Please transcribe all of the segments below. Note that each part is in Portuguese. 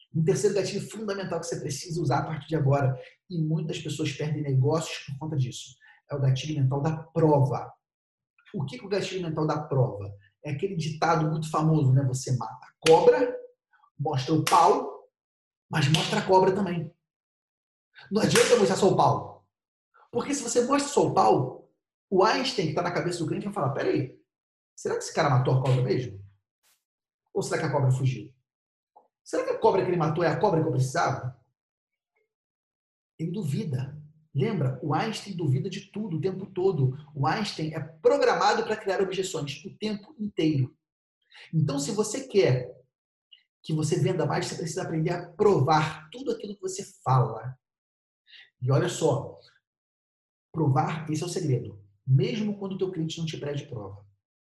Um terceiro gatilho fundamental que você precisa usar a partir de agora, e muitas pessoas perdem negócios por conta disso, é o gatilho mental da prova. O que é o gatilho mental da prova? É aquele ditado muito famoso, né? Você mata a cobra, mostra o pau, mas mostra a cobra também. Não adianta mostrar só o pau. Porque se você mostra só o pau, o Einstein que está na cabeça do cliente vai falar, peraí, será que esse cara matou a cobra mesmo? Ou será que a cobra fugiu? Será que a cobra que ele matou é a cobra que eu precisava? Ele duvida. Lembra? O Einstein duvida de tudo o tempo todo. O Einstein é programado para criar objeções o tempo inteiro. Então, se você quer que você venda mais, você precisa aprender a provar tudo aquilo que você fala. E olha só, provar, esse é o segredo. Mesmo quando o teu cliente não te pede prova.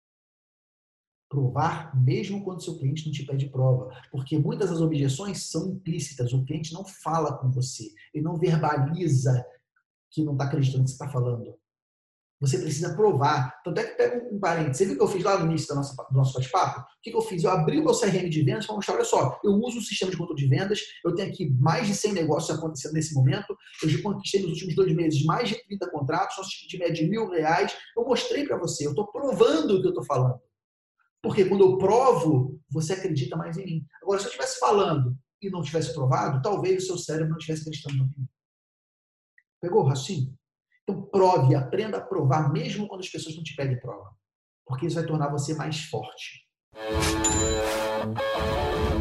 Provar mesmo quando o seu cliente não te pede prova. Porque muitas das objeções são implícitas. O cliente não fala com você. Ele não verbaliza que não está acreditando no que você está falando. Você precisa provar. Tanto é que pega um parênteses. Você viu o que eu fiz lá no início do nosso bate-papo? O que eu fiz? Eu abri o meu CRM de vendas para mostrar, olha só, eu uso um sistema de controle de vendas, eu tenho aqui mais de 100 negócios acontecendo nesse momento, eu já conquistei nos últimos 2 meses mais de 30 contratos, nosso ticket de média de R$ 1.000. Eu mostrei para você, eu estou provando o que eu estou falando. Porque quando eu provo, você acredita mais em mim. Agora, se eu estivesse falando e não tivesse provado, talvez o seu cérebro não estivesse acreditando em mim. Pegou o raciocínio? Então, prove, aprenda a provar, mesmo quando as pessoas não te pedem prova. Porque isso vai tornar você mais forte.